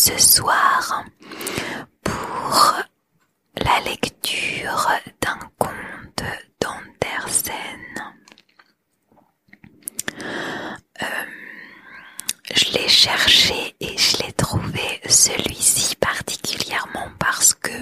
ce soir pour la lecture d'un conte d'Andersen. Je l'ai cherché et je l'ai trouvé celui-ci particulièrement parce que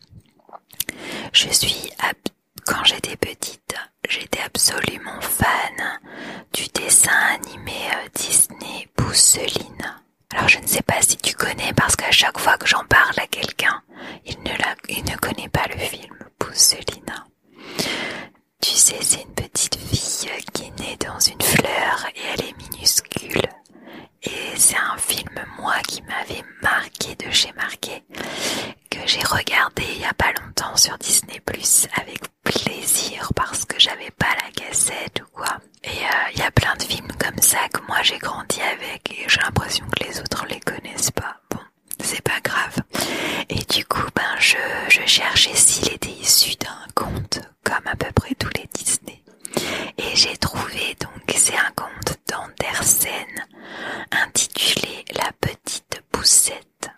quand j'étais petite, j'étais absolument fan du dessin animé Disney Pousseline. Alors je ne sais pas si tu connais parce qu'à chaque fois que j'en parle à quelqu'un, il ne connaît pas le film Pousselina. Tu sais, c'est une petite fille qui est née dans une fleur et elle est minuscule. Et c'est un film, moi, qui m'avait marqué de chez marqué, que j'ai regardé il y a pas longtemps sur Disney+, avec plaisir, parce que j'avais pas la cassette ou quoi. Et il y a plein de films comme ça que moi j'ai grandi avec, et j'ai l'impression que les autres les connaissent pas. Bon, c'est pas grave. Et du coup, je cherchais s'il était issu d'un conte, comme à peu près tous les Disney. Et j'ai trouvé, donc, c'est un conte d'Andersen, intitulé La petite poussette.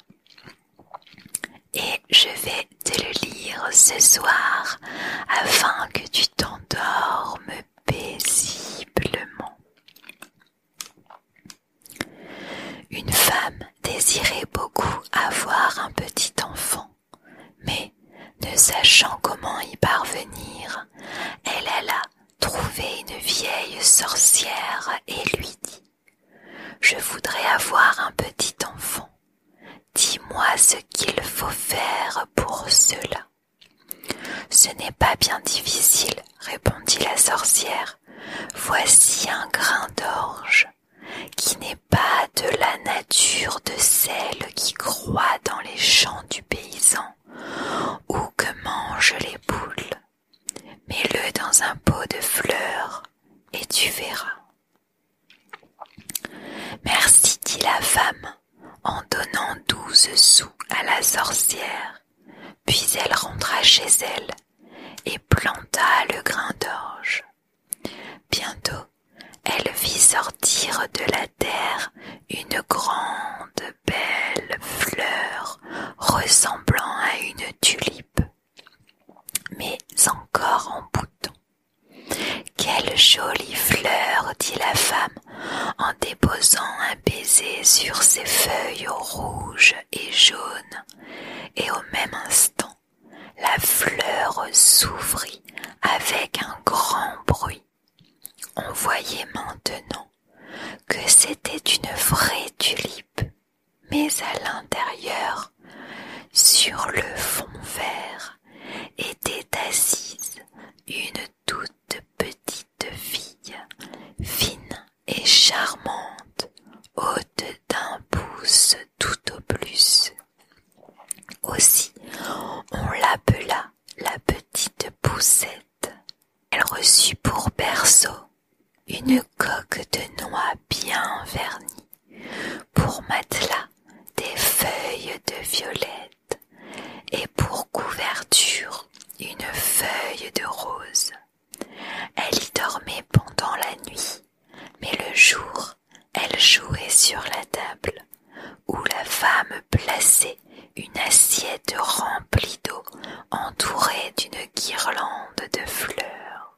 Et je vais te le lire ce soir, afin que tu t'endormes paisiblement. Une femme désirait beaucoup avoir un petit enfant, mais ne sachant comment y parvenir, elle alla trouver une vieille sorcière et lui dit : « Je voudrais avoir un petit enfant. Dis-moi ce qu'il faut faire pour cela. » « Ce n'est pas bien difficile, répondit la sorcière. Voici un grain d'orge, qui n'est pas de la nature de celle qui croît dans les champs du paysan ou que mangent les poules. Mets-le dans un pot de fleurs et tu verras. Merci, dit la femme, en donnant 12 sous à la sorcière. Puis elle rentra chez elle et planta le grain d'orge. Bientôt, elle vit sortir de la terre une grande, belle fleur ressemblant à une tulipe, mais encore en bouton. « Quelle jolie fleur !» dit la femme en déposant un baiser sur ses feuilles rouges et jaunes. Et au même instant, la fleur s'ouvrit avec un grand bruit. On voyait maintenant que c'était une vraie tulipe, mais à l'intérieur, sur le fond vert, était assise une toute petite fille, fine et charmante, haute d'1 pouce tout au plus. Aussi, on l'appela la petite poussette. Elle reçut pour berceau une coque de noix bien vernie, pour matelas des feuilles de violette et pour couverture une feuille de rose. Elle y dormait pendant la nuit, mais le jour, elle jouait sur la table, où la femme plaçait une assiette remplie d'eau entourée d'une guirlande de fleurs.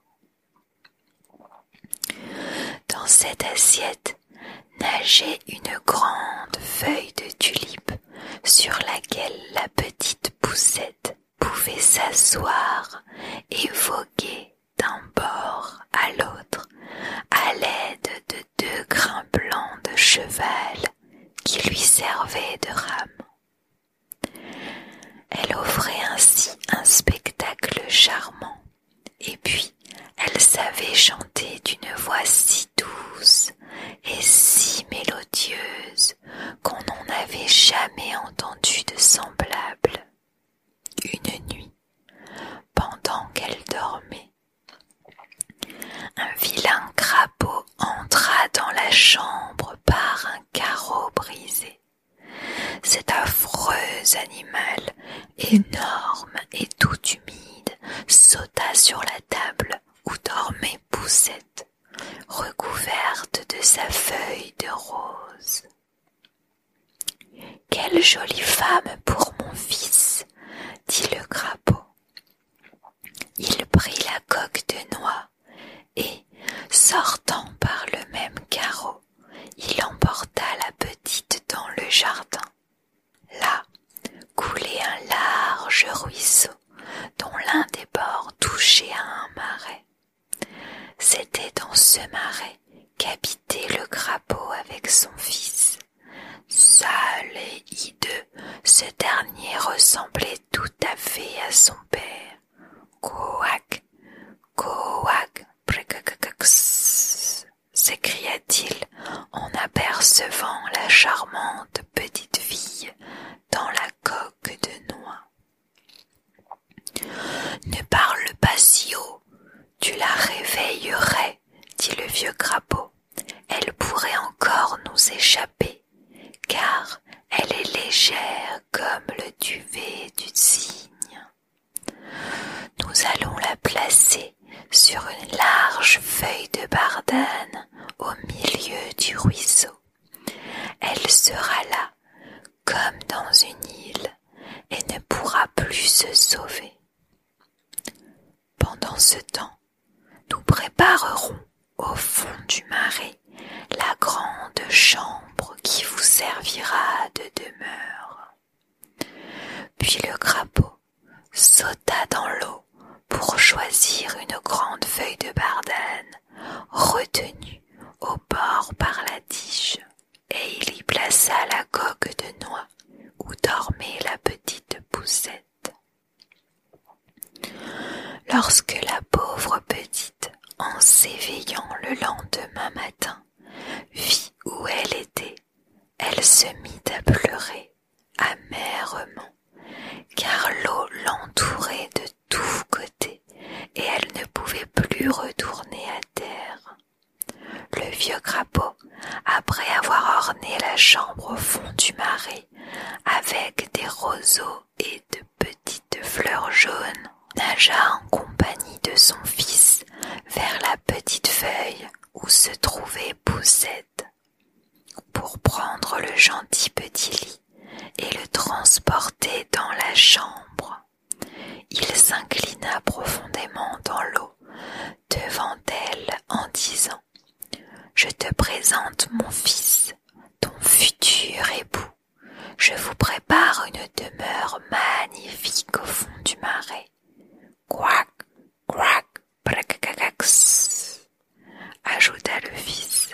Dans cette assiette nageait une grande feuille de tulipe sur laquelle la petite poussette pouvait s'asseoir et voguer d'un bord à l'autre à l'aide de 2 grains blancs de cheval qui lui servaient de rames. Elle offrait ainsi un spectacle charmant, et puis elle savait chanter d'une voix si douce et si mélodieuse qu'on n'en avait jamais entendu de semblable. Une nuit, pendant qu'elle dormait, un vilain crapaud entra dans la chambre par un carreau brisé. Cet affreux animal, énorme et tout humide, sauta sur la table où dormait Poussette, recouverte de sa feuille de rose. « Quel quelle jolie femme pour mon fils, dit le crapaud. Il prit la coque de noix et, sortant par le même carreau, il emporta la petite dans le jardin. Là coulait un large ruisseau dont l'un des bords touchait à un marais. C'était dans ce marais qu'habitait le crapaud avec son fils. Sale et hideux, ce dernier ressemblait tout à fait à son père. Couac, couac, pricacacx, s'écria-t-il en apercevant la charmante petite fille dans la coque de noix. Ne parle pas si haut, tu la réveillerais, dit le vieux crapaud. Elle pourrait encore nous échapper, car elle est légère comme le duvet du cygne. Nous allons la placer sur une large feuille de bardane au milieu du ruisseau. Elle sera là, comme dans une île, et ne pourra plus se sauver. Pendant ce temps, nous préparerons au fond du marais la grande chambre qui vous servira de demeure. Puis le crapaud sauta dans l'eau pour choisir une grande feuille de bardane retenue au bord par la tige, et il y plaça la coque de noix où dormait la petite poussette. Lorsque la pauvre petite, en s'éveillant le lendemain matin, vit où elle était, elle se mit à pleurer amèrement, car l'eau l'entourait de tous côtés et elle ne pouvait plus retourner à terre. Le vieux crapaud, après avoir orné la chambre au fond du marais avec des roseaux et de petites fleurs jaunes, nagea en compagnie de son fils vers la petite feuille où se trouvait Poussette pour prendre le gentil petit lit et le transporter dans la chambre. Il s'inclina profondément dans l'eau devant elle en disant « Je te présente mon fils, ton futur époux. Je vous prépare une demeure magnifique au fond du marais. Quack, quack, pracacacax, ajouta le fils.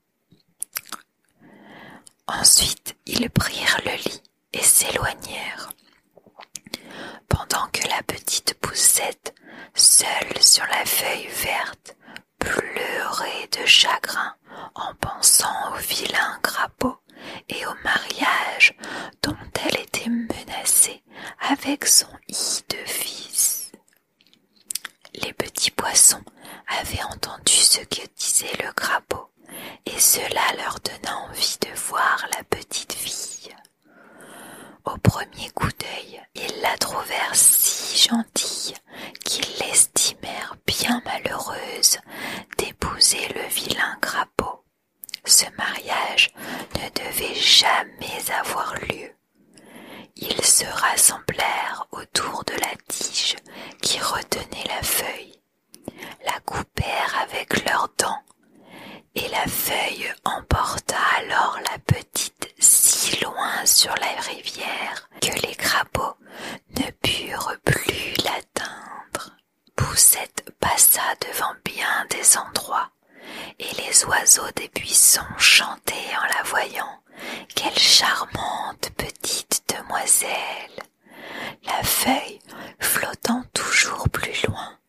Ensuite, ils prirent le lit et s'éloignèrent, pendant que la petite Poussette, seule sur la feuille verte, pleurait de chagrin en pensant au vilain crapaud et au mariage dont elle était menacée avec son hideux fils. Les petits poissons avaient entendu ce que disait le crapaud, et cela leur donna envie de voir la petite fille. Au premier coup d'œil, ils la trouvèrent si gentille qu'ils l'estimèrent bien malheureuse d'épouser le vilain crapaud. Ce mariage ne devait jamais avoir lieu. Ils se rassemblèrent autour de la tige qui retenait la feuille, la coupèrent avec leurs dents, et la feuille emporta alors la petite si loin sur la rivière que les crapauds ne purent plus l'atteindre. Poussette passa devant bien des endroits, et les oiseaux des buissons chantaient en la voyant. Quelle charmante petite demoiselle! La feuille, flottant toujours plus loin,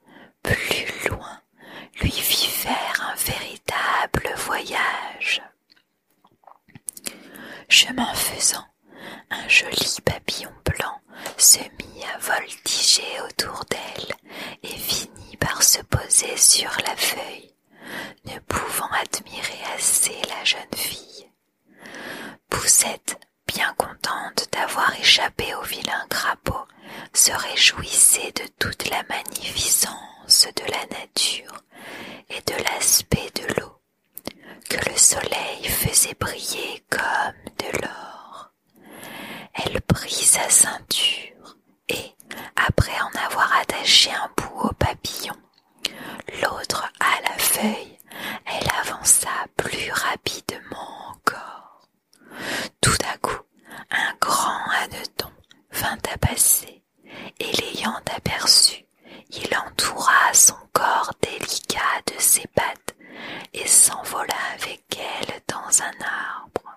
lui fit faire un véritable voyage. Chemin faisant, un joli papillon blanc se mit à voltiger autour d'elle et finit par se poser sur la feuille, ne pouvant admirer assez la jeune fille. Poussette, bien contente d'avoir échappé au vilain crapaud, se réjouissait de toute la magnificence de la nature et de l'aspect de l'eau, que le soleil faisait briller comme de l'or. sa ceinture et, après en avoir attaché un bout au papillon, l'autre à la feuille, elle avança plus rapidement encore. Tout à coup, un grand hanneton vint à passer, et l'ayant aperçu, il entoura son corps délicat de ses pattes et s'envola avec elle dans un arbre.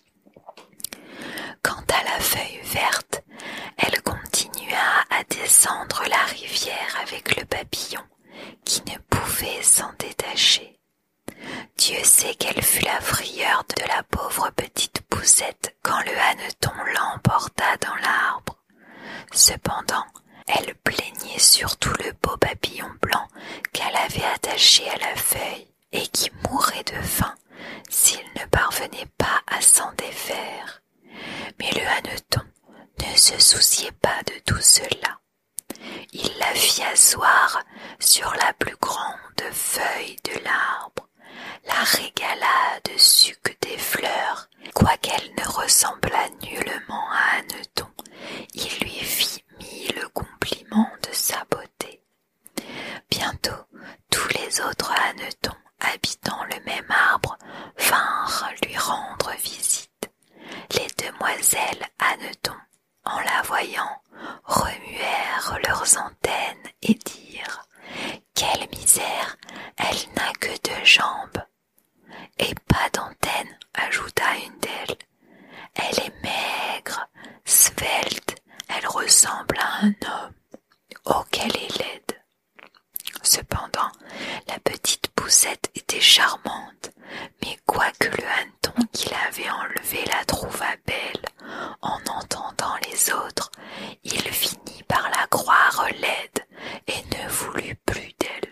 Quant à la feuille verte, elle continua à descendre la rivière avec le papillon qui ne pouvait s'en détacher. Dieu sait quelle fut la frayeur de la pauvre petite poussette quand le hanneton l'emporta dans l'arbre. Cependant, elle plaignait surtout le beau papillon blanc qu'elle avait attaché à la feuille et qui mourrait de faim s'il ne parvenait pas à s'en défaire. Mais le hanneton ne se souciait pas de tout cela. Il la fit asseoir sur la plus grande feuille de l'arbre, la régala de sucre des fleurs, quoiqu'elle ne ressemblât nullement à Hanneton, il lui fit mille compliments de sa beauté. Bientôt, tous les autres hannetons habitant le même arbre vinrent lui rendre visite. Les demoiselles Hanneton, en la voyant, remuèrent leurs antennes et dirent « Quelle misère, elle n'a que 2 jambes !» Et pas d'antenne, ajouta une d'elles. Elle est maigre, svelte, elle ressemble à un homme. Oh, qu'elle est laide! Cependant, la petite poussette était charmante, mais quoique le hanneton qui l'avait enlevée la trouva belle, en entendant les autres, il finit par la croire laide et ne voulut plus d'elle.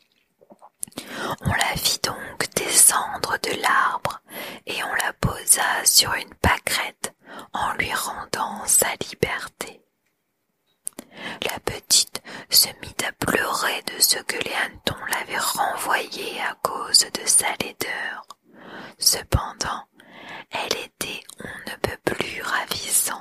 On la fit donc descendre de l'arbre et on la posa sur une pâquerette en lui rendant sa liberté. La petite se mit à pleurer de ce que les hannetons l'avaient renvoyée à cause de sa laideur. Cependant, elle était on ne peut plus ravissante.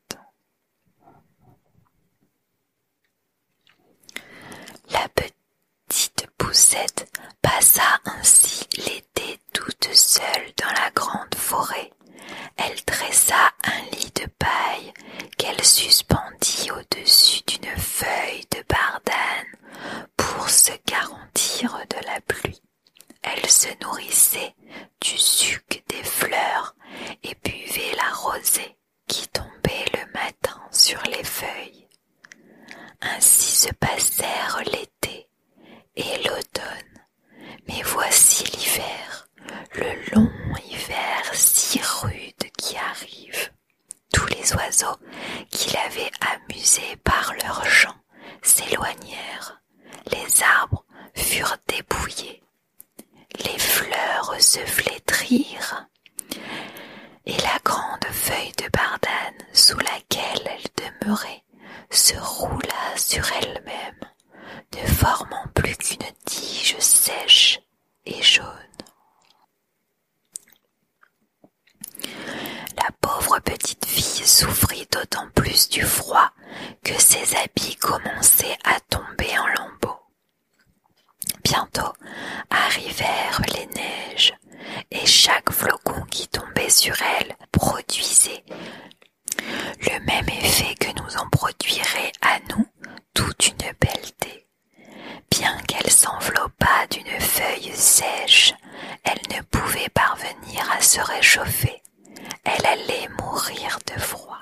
La petite poussette passa ainsi l'été toute seule dans la grande forêt. Elle dressa un lit de paille qu'elle suspendit au-dessus d'une feuille de bardane pour se garantir de la pluie. Elle se nourrissait du suc des fleurs et buvait la rosée qui tombait le matin sur les feuilles. Ainsi se passèrent l'été et l'automne. Mais voici l'hiver, le long hiver si rude qui arrive. Tous les oiseaux qui l'avaient amusé par leurs chants s'éloignèrent. Les arbres furent dépouillés. Les fleurs se flétrirent. Et la grande feuille de bardane sous laquelle elle demeurait se roula sur elle-même, ne formant plus qu'une tige sèche et jaune. La pauvre petite fille souffrit d'autant plus du froid que ses habits commençaient à tomber en lambeaux. Bientôt arrivèrent les neiges, et chaque flocon qui tombait sur elle produisait le même effet que nous en produirait à nous toute une pelletée. Bien qu'elle s'enveloppât d'une feuille sèche, elle ne pouvait parvenir à se réchauffer. Elle allait mourir de froid.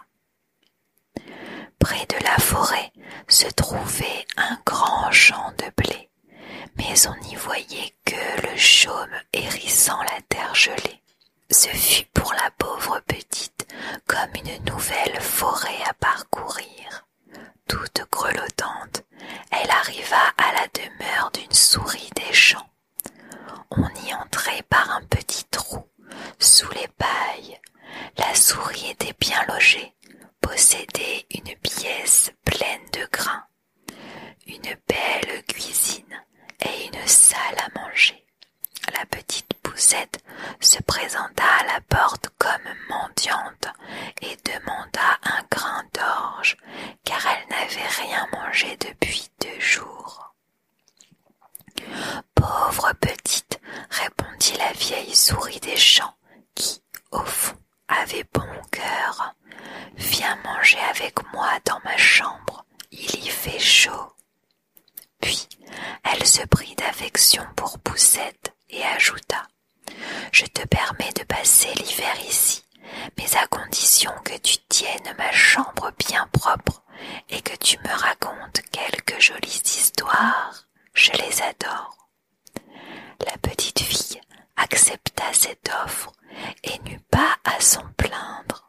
Près de la forêt se trouvait un grand champ de blé, mais on n'y voyait que le chaume hérissant la terre gelée. Ce fut pour la pauvre petite comme une nouvelle forêt à parcourir. Toute grelottante, elle arriva à la demeure d'une souris des champs. On y entrait par un petit trou, sous les pailles. La souris était bien logée, possédait une pièce pleine de grains, une belle cuisine et une salle à manger. La petite poussette se présenta à la porte comme mendiante et demanda un grain d'orge. mangé depuis 2 jours. Pauvre petite, répondit la vieille souris des champs, qui, au fond, avait bon cœur. Viens manger avec moi dans ma chambre, il y fait chaud. Puis, elle se prit d'affection pour Poussette et ajouta: Je te permets de passer l'hiver ici, mais à condition que tu tiennes ma chambre bien propre et que tu me racontes quelques jolies histoires. Je les adore. La petite fille accepta cette offre et n'eut pas à s'en plaindre.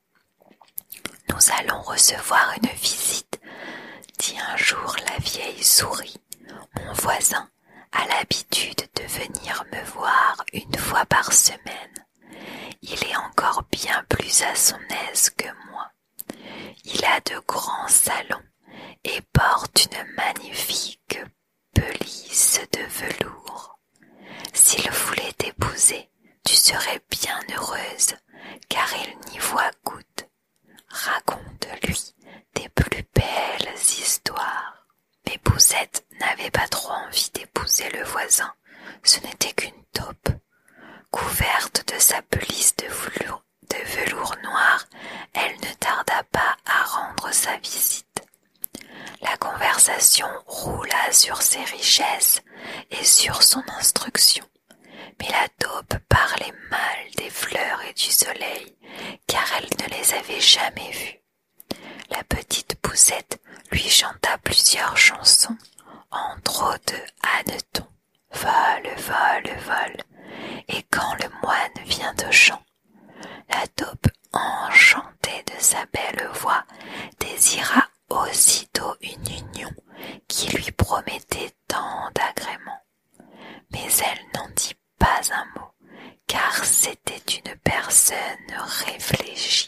Nous allons recevoir une visite, dit un jour la vieille souris. Mon voisin a l'habitude de venir me voir 1 fois par semaine. Il est encore bien plus à son aise que moi. Il a de grands salons et porte une magnifique pelisse de velours. S'il voulait t'épouser, tu serais bien heureuse, car il n'y voit goutte. Raconte-lui tes plus belles histoires. Mais Poussette n'avait pas trop envie d'épouser le voisin. Ce n'était qu'une taupe. Couverte de sa pelisse de velours noir, elle ne tarda pas à rendre sa visite. La conversation roula sur ses richesses et sur son instruction, mais la taupe parlait mal des fleurs et du soleil, car elle ne les avait jamais vues. La petite Poussette lui chanta plusieurs chansons, entre autres Hanneton, vole, vole, vole, et quand le moine vient au champ, la taupe, enchantée de sa belle voix, désira aussitôt une union qui lui promettait tant d'agréments. Mais elle n'en dit pas un mot, car c'était une personne réfléchie.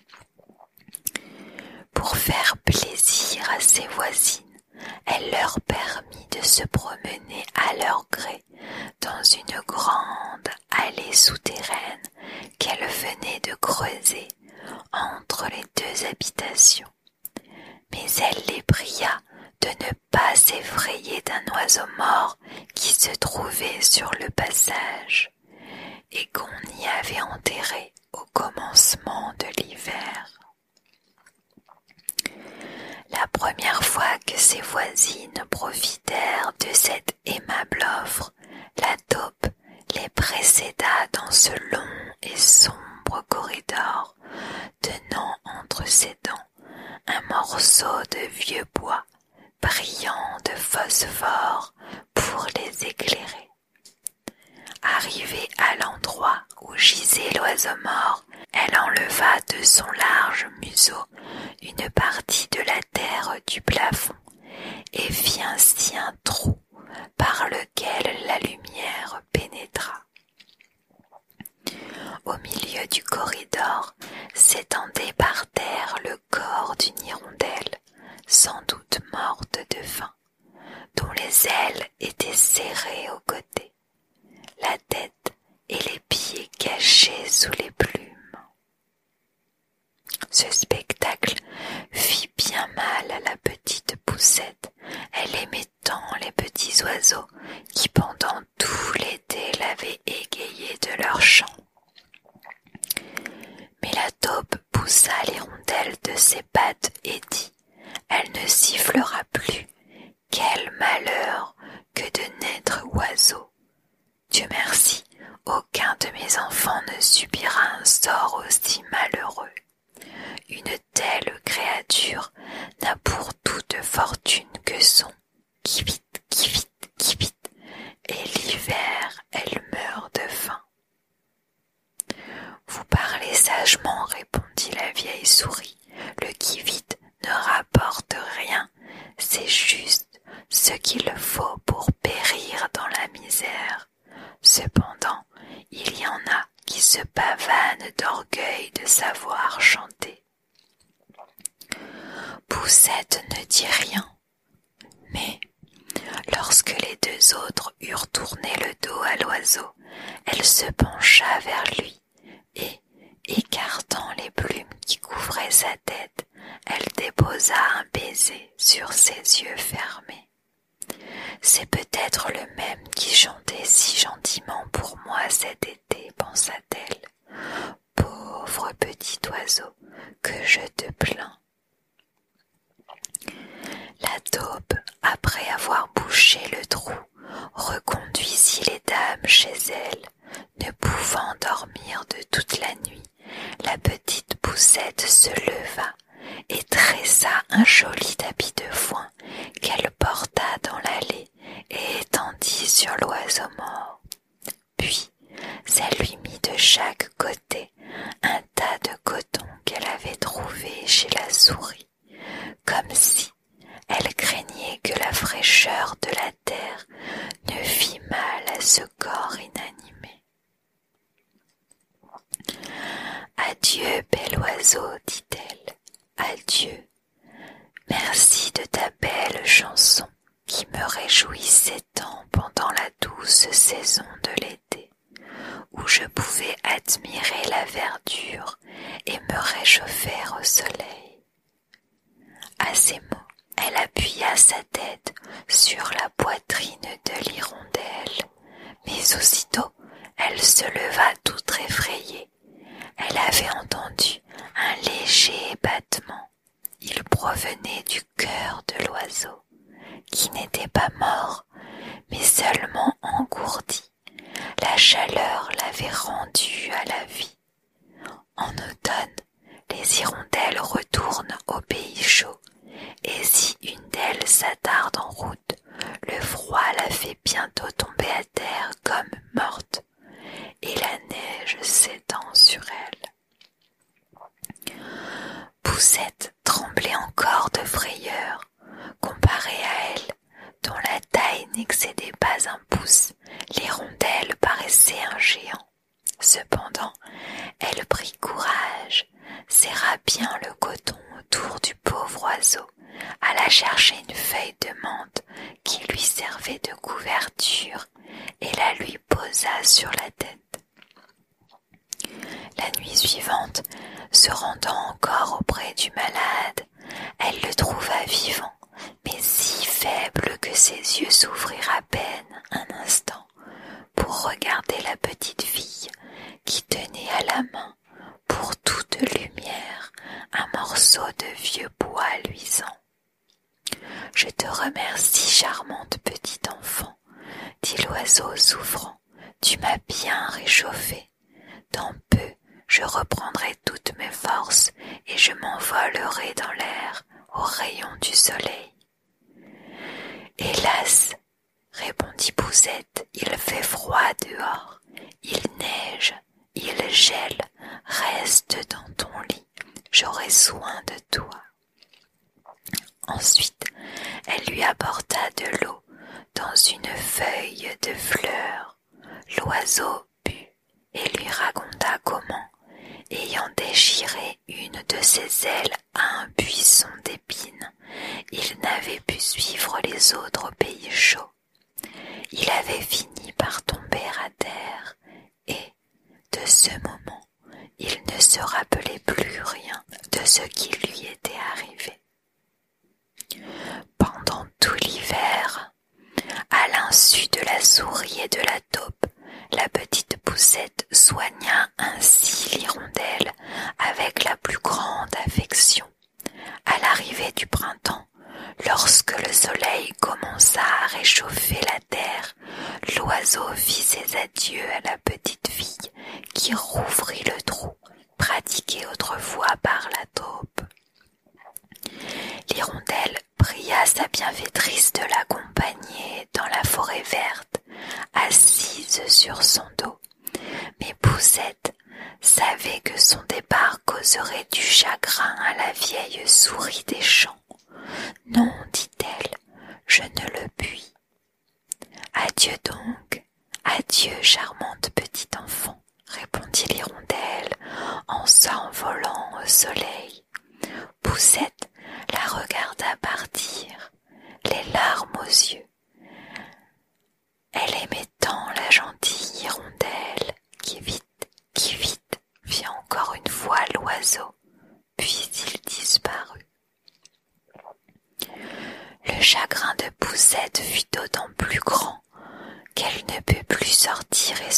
Pour faire plaisir à ses voisines, elle leur permit de se promener à leur gré dans une grande allée souterraine qu'elle venait de creuser entre les 2 habitations. Mais elle les pria de ne pas s'effrayer d'un oiseau mort qui se trouvait sur le passage et qu'on y avait enterré au commencement de l'hiver. La première fois que ses voisines profitèrent de cette aimable offre, la taupe les précéda dans ce long et sombre corridor, tenant entre ses dents un morceau de vieux bois, brillant de phosphore pour les éclairer. Arrivée à l'endroit où gisait l'oiseau mort, elle enleva de son large museau une partie de la terre du plafond et fit ainsi un trou par lequel la lumière pénétra. Au milieu du corridor s'étendait par terre le corps d'une hirondelle, sans doute morte de faim, dont les ailes étaient serrées aux côtés, la tête et les pieds cachés sous les plumes. Ce spectacle fit bien mal à la petite Poussette. Elle aimait tant les petits oiseaux qui pendant tout l'été l'avaient égayée de leur chant. Mais la taupe poussa l'hirondelle de ses pattes et dit: Elle ne sifflera plus. Quel malheur que de naître oiseau. Dieu merci, aucun de mes enfants ne subira un sort aussi malheureux. Une telle créature n'a pour toute fortune que son qui vite, et l'hiver elle meurt de faim. Vous parlez sagement, répondit la vieille souris. Le qui-vite ne rapporte rien, c'est juste ce qu'il faut pour périr dans la misère. Cependant, il y en a qui se pavanent d'orgueil de savoir chanter. Poussette ne dit rien, mais lorsque les 2 autres eurent tourné le dos à l'oiseau, elle se pencha vers lui et, écartant les plumes qui couvraient sa tête, elle déposa un baiser sur ses yeux fermés. C'est peut-être le même qui chantait si gentiment pour moi cet été, pensa-t-elle. Pauvre petit oiseau, que je te plains. La taupe, après avoir bouché le trou, reconduisit les dames chez elle. Ne pouvant dormir de toute la nuit, la petite Poussette se leva et tressa un joli tapis de foin qu'elle porta dans l'allée et étendit sur l'oiseau mort. Puis, elle lui mit de chaque côté un tas de coton qu'elle avait trouvé chez la souris, comme si elle craignait que la fraîcheur de la terre ne fît mal à ce corps inanimé. Adieu, bel oiseau, dit-elle, adieu. Merci de ta belle chanson qui me réjouissait tant pendant la douce saison de l'été, où je pouvais admirer la verdure et me réchauffer au soleil. À ces mots, elle appuya sa tête sur la poitrine de l'hirondelle, mais aussitôt elle se leva toute effrayée. Elle avait entendu un léger battement. Il provenait du cœur de l'oiseau, qui n'était pas mort, mais seulement engourdi. La chaleur l'avait rendu à la vie. En automne, les hirondelles retournent au pays chaud, et si une d'elles s'attarde en route, le froid la fait bientôt tomber à terre comme morte, et la neige s'étend sur elle. Poussette tremblait encore de frayeur. Comparée à elle, dont la taille n'excédait pas un pouce, l'hirondelle paraissait un géant. Cependant, elle prit courage, serra bien le coton autour du pauvre oiseau, alla chercher une feuille de menthe qui lui servait de couverture et la lui posa sur la tête. La nuit suivante, se rendant encore auprès du malade, elle le trouva vivant, mais si faible que ses yeux s'ouvrirent à peine un instant pour regarder la petite fille qui tenait à la main, pour toute lumière, un morceau de vieux bois luisant. « Je te remercie, charmante petite enfant, dit l'oiseau souffrant, tu m'as bien réchauffé. Dans peu, je reprendrai toutes mes forces et je m'envolerai dans l'air aux rayons du soleil. » Hélas, répondit Poussette, il fait froid dehors, il neige, il gèle, reste dans ton lit, j'aurai soin de toi. Ensuite, elle lui apporta de l'eau dans une feuille de fleur. L'oiseau but et lui raconta comment, ayant déchiré une de ses ailes à un buisson d'épines, il n'avait pu suivre les autres au pays chaud. Il avait fini par tomber à terre et, de ce moment, il ne se rappelait plus rien de ce qui lui était arrivé. Pendant tout l'hiver, à l'insu de la souris et de la taupe, la petite Poussette soigna ainsi l'hirondelle avec la plus grande affection. À l'arrivée du printemps, lorsque le soleil commença à réchauffer la terre, l'oiseau fit ses adieux à la petite fille qui rouvrit le trou pratiqué autrefois par la taupe. L'hirondelle pria sa bienfaitrice de l'accompagner dans la forêt verte, assise sur son dos. Mais Poussette savait que son départ causerait du chagrin à la vieille souris des champs. « Non, dit-elle, je ne le puis. »« Adieu donc, adieu, charmante petite enfant, » répondit l'hirondelle en s'envolant au soleil. Poussette la regarda partir, les larmes aux yeux. Elle aimait tant la gentille hirondelle qui vite, vit encore une fois l'oiseau, puis il disparut.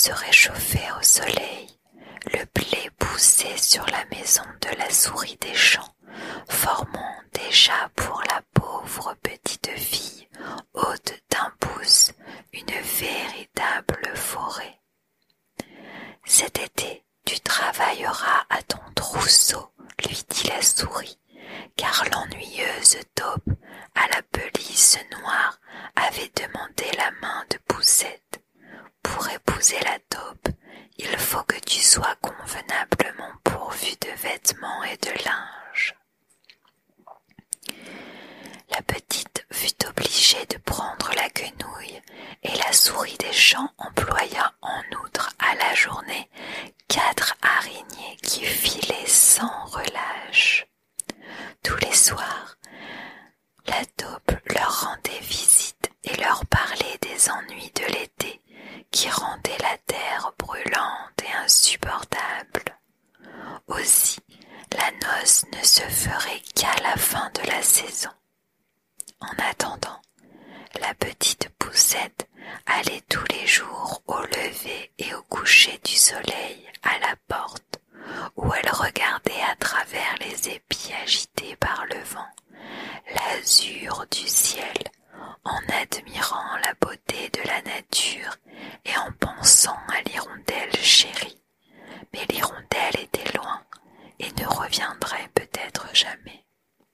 se réchauffait au soleil, le blé poussait sur la maison de la souris des champs, formant déjà pour la pauvre petite fille, haute d'un pouce, une véritable forêt. Cet été, tu travailleras à ton trousseau, lui dit la souris, car l'ennuyeuse taupe, à la pelisse noire, avait demandé la main de Poussette. Pour épouser la taupe, il faut que tu sois convenablement pourvu de vêtements et de linge. La petite fut obligée de prendre la quenouille, et la souris des champs employa en outre à la journée 4 araignées qui filaient sans relâche. Tous les soirs, la taupe leur rendait visite et leur parlait des ennuis de l'été qui rendaient la terre brûlante et insupportable. Aussi, la noce ne se ferait qu'à la fin de la saison. En attendant, la petite Poussette allait tous les jours au lever et au coucher du soleil à la porte, où elle regardait à travers les épis agités par le vent l'azur du ciel, en admirant la beauté de la nature et en pensant à l'hirondelle chérie. Mais l'hirondelle était loin et ne reviendrait peut-être jamais.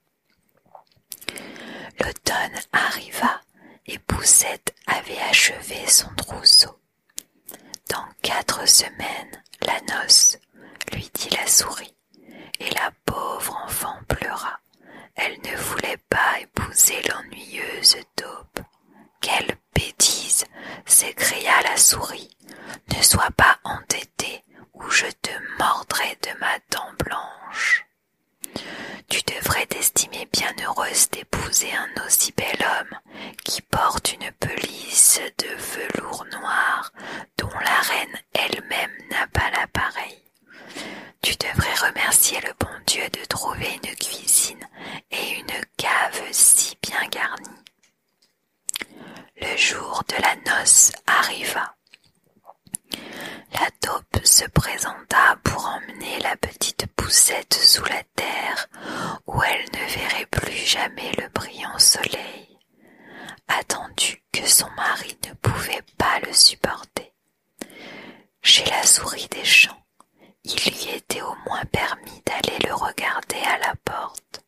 L'automne arriva et Poussette avait achevé son trousseau. Dans 4 semaines, la noce, lui dit la souris, et la pauvre enfant pleura. Elle ne voulait pas épouser l'ennuyeuse taupe. Quelle bêtise, s'écria la souris. Ne sois pas entêtée ou je te mordrai de ma dent blanche. Tu devrais t'estimer bien heureuse d'épouser un aussi bel homme qui porte une pelisse de velours noir dont la reine elle-même n'a pas la pareille. Tu devrais remercier le bon Dieu de trouver une cuisine et une cave si bien garnie. Le jour de la noce arriva. La taupe se présenta pour emmener la petite Poussette sous la terre, où elle ne verrait plus jamais le brillant soleil, attendu que son mari ne pouvait pas le supporter. Chez la souris des champs, il lui était au moins permis d'aller le regarder à la porte.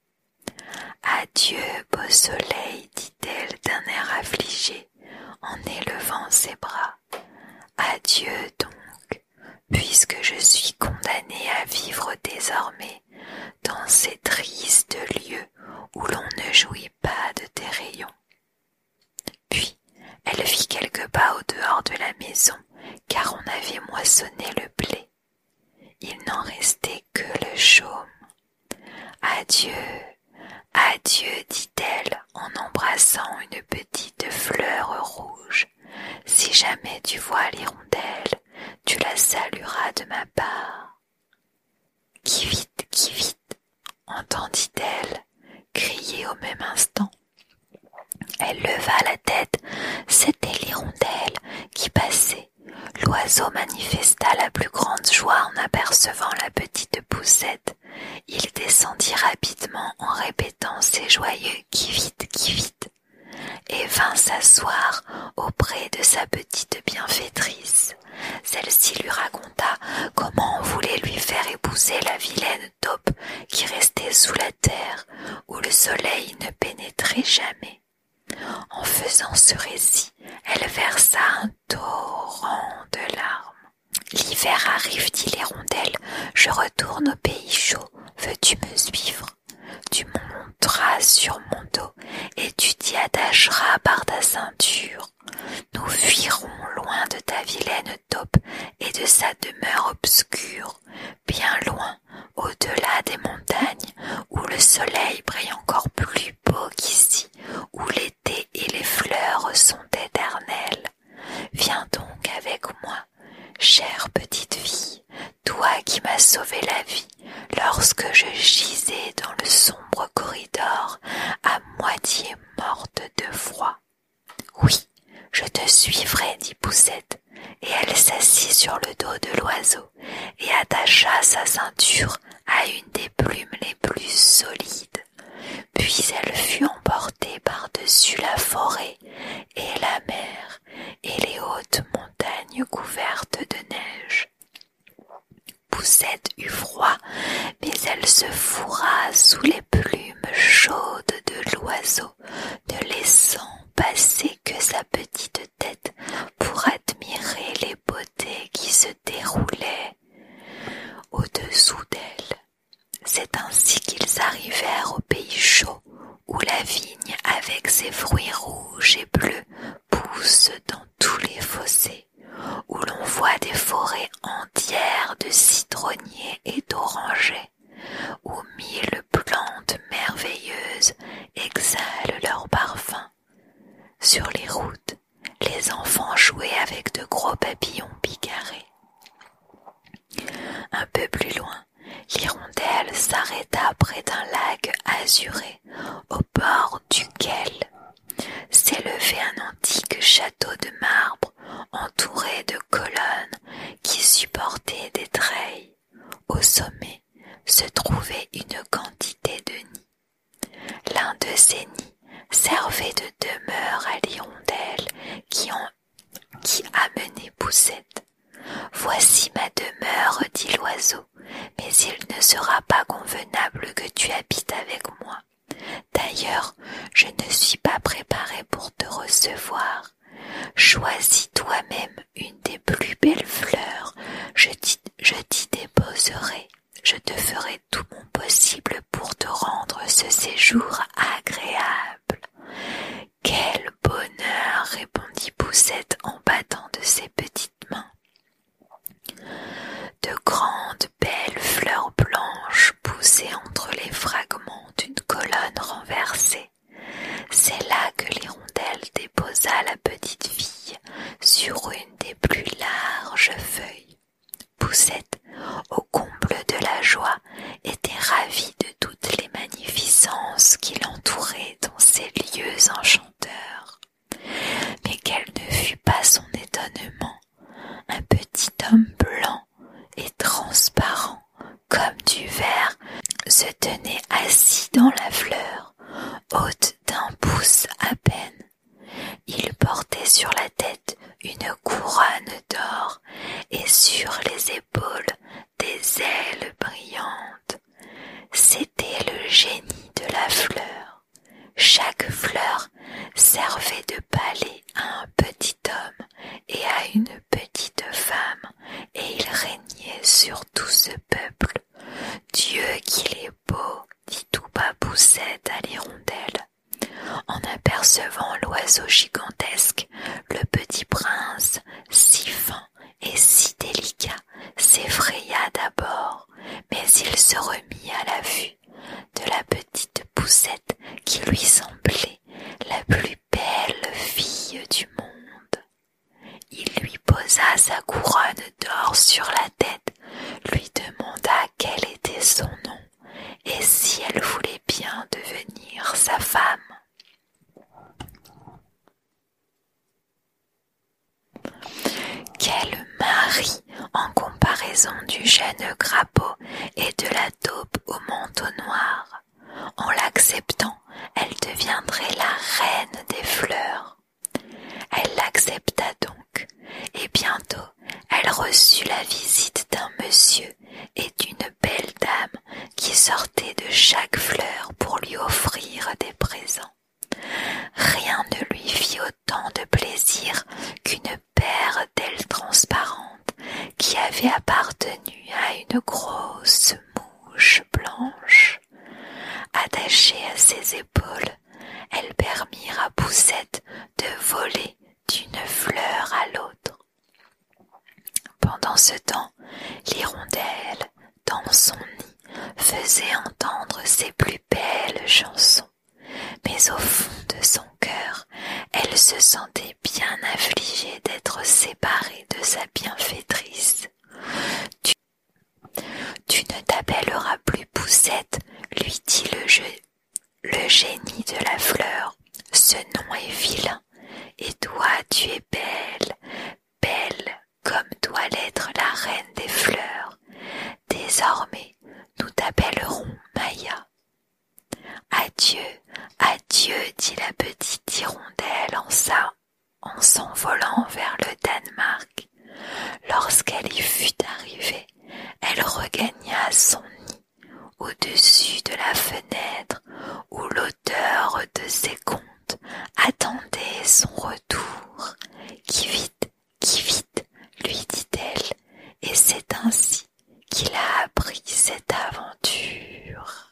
« Adieu, beau soleil, dit-elle d'un air affligé, en élevant ses bras. Adieu donc, puisque je suis condamnée à vivre désormais dans ces tristes lieux où l'on ne jouit pas de tes rayons. » Puis, elle fit quelques pas au dehors de la maison, car on avait moissonné le blé. Il n'en restait que le chaume. « Adieu, adieu, dit-elle en embrassant une petite fleur rouge. Si jamais tu vois l'hirondelle, tu la salueras de ma part. » « Qui vite, entendit-elle crier au même instant. Elle leva la tête, c'était l'hirondelle qui passait. L'oiseau manifesta la plus grande joie en apercevant la petite Poussette. Il descendit rapidement en répétant ses joyeux « qui vite » et vint s'asseoir auprès de sa petite bienfaitrice. Celle-ci lui raconta comment on voulait lui faire épouser la vilaine taupe qui restait sous la terre, où le soleil ne pénétrait jamais. En faisant ce récit, elle versa un torrent de larmes. « L'hiver arrive, dit l'hirondelle, je retourne au pays chaud, veux-tu me suivre ? Tu monteras sur mon dos et tu t'y attacheras par ta ceinture. Nous fuirons loin de ta vilaine taupe et de sa demeure obscure, bien loin, au-delà des montagnes, où le soleil brille encore plus beau qu'ici, où l'été et les fleurs sont éternelles. Viens donc avec moi, chère petite fille, toi qui m'as sauvé la vie lorsque je gisais dans le sombre corridor, à moitié morte de froid. Oui, je te suivrai, dit Poussette, et elle s'assit sur le dos de l'oiseau et attacha sa ceinture à une des plumes les plus solides. Puis elle fut emportée par-dessus la forêt et la mer et les hautes montagnes couvertes de neige. Poussette eut froid, mais elle se fourra sous les plumes chaudes de l'oiseau, ne laissant passer que sa petite tête pour admirer les beautés qui se déroulaient au-dessous d'elle. C'est ainsi qu'ils arrivèrent au pays chaud, où la vigne avec ses fruits rouges et bleus pousse dans tous les fossés, où l'on voit des forêts entières de citronniers et d'orangers, où 1000 plantes merveilleuses exhalent leur parfum. Sur les routes, les enfants jouaient avec de gros papillons bigarrés. Un peu plus loin, l'hirondelle s'arrêta près d'un lac azuré, au bord duquel s'élevait un antique château de marbre entouré de colonnes qui supportaient des treilles. Au sommet se trouvait une quantité de nids. L'un de ces nids servait de demeure à l'hirondelle qui amenait Poussette. « Voici ma demeure, dit l'oiseau, mais il ne sera pas convenable que tu habites avec moi. D'ailleurs, je ne suis pas préparé pour te recevoir. Choisis toi-même une des plus belles fleurs, je t'y déposerai. Je te ferai tout mon possible pour te rendre ce séjour agréable. » « Quel bonheur !» répondit Poussette en battant de ses petites mains. De grandes belles fleurs blanches poussaient entre les fragments d'une colonne renversée. C'est là que l'hirondelle déposa la petite fille sur une des plus larges feuilles. Poussette, au comble de la joie, était ravie de toutes les magnificences qui l'entouraient dans ces lieux enchanteurs. Mais quel ne fut pas son étonnement! Un petit homme blanc et transparent comme du verre se tenait assis dans la fleur, haute d'un pouce à peine. Il portait sur la tête une couronne d'or et sur les épaules des ailes brillantes. C'était le génie de la fleur. Chaque fleur servait de palais à un petit homme et à une petite femme, et il régnait sur tout ce peuple. Dieu qu'il est beau, dit tout bas Poussette à l'hirondelle. En apercevant l'oiseau gigantesque, le petit prince, si fin et si délicat, s'effraya d'abord, mais il se remit à la vue de la petite Poussette qui lui semblait la plus belle fille du monde. Il lui posa sa couronne d'or sur la tête, lui demanda quel était son nom et si elle voulait bien devenir sa femme. Quel mari en comparaison du jeune crapaud et de la taupe au manteau noir. En l'acceptant, elle deviendrait la reine des fleurs. Elle l'accepta donc, et bientôt elle reçut la visite d'un monsieur et d'une belle dame qui sortaient de chaque fleur pour lui offrir des présents. Rien ne lui fit autant de plaisir qu'une paire d'ailes transparentes qui avait appartenu à une grosse mouche blanche. Attachée à ses épaules, elles permirent à Poussette de voler d'une fleur à l'autre. Pendant ce temps, l'hirondelle, dans son nid, faisait entendre ses plus belles chansons. Mais au fond de son cœur, elle se sentait bien affligée d'être séparée de sa bienfaitrice. Tu ne t'appelleras plus Poussette, lui dit le génie de la fleur. Ce nom est vilain, et toi tu es belle, belle t'appelleront Maya. Adieu, adieu, dit la petite hirondelle en s'envolant vers le Danemark. Lorsqu'elle y fut arrivée, elle regagna son nid au-dessus de la fenêtre où l'auteur de ses contes attendait son retour. Qui vite, lui dit-elle, et c'est ainsi qu'il a appris cette aventure.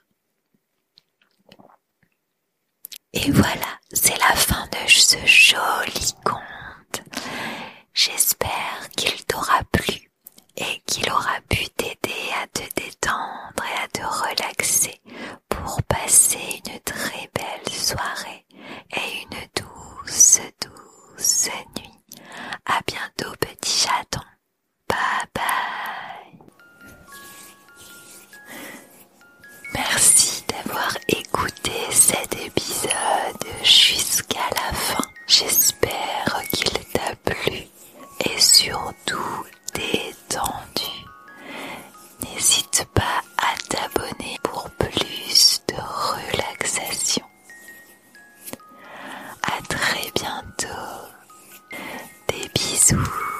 Et voilà, c'est la fin de ce joli conte. J'espère qu'il t'aura plu et qu'il aura pu t'aider à te détendre et à te relaxer pour passer une très belle soirée et une douce nuit. À bientôt, petit chaton. Bye bye. Merci d'avoir écouté cet épisode jusqu'à la fin. J'espère qu'il t'a plu et surtout détendu. N'hésite pas à t'abonner pour plus de relaxation. À très bientôt. Des bisous.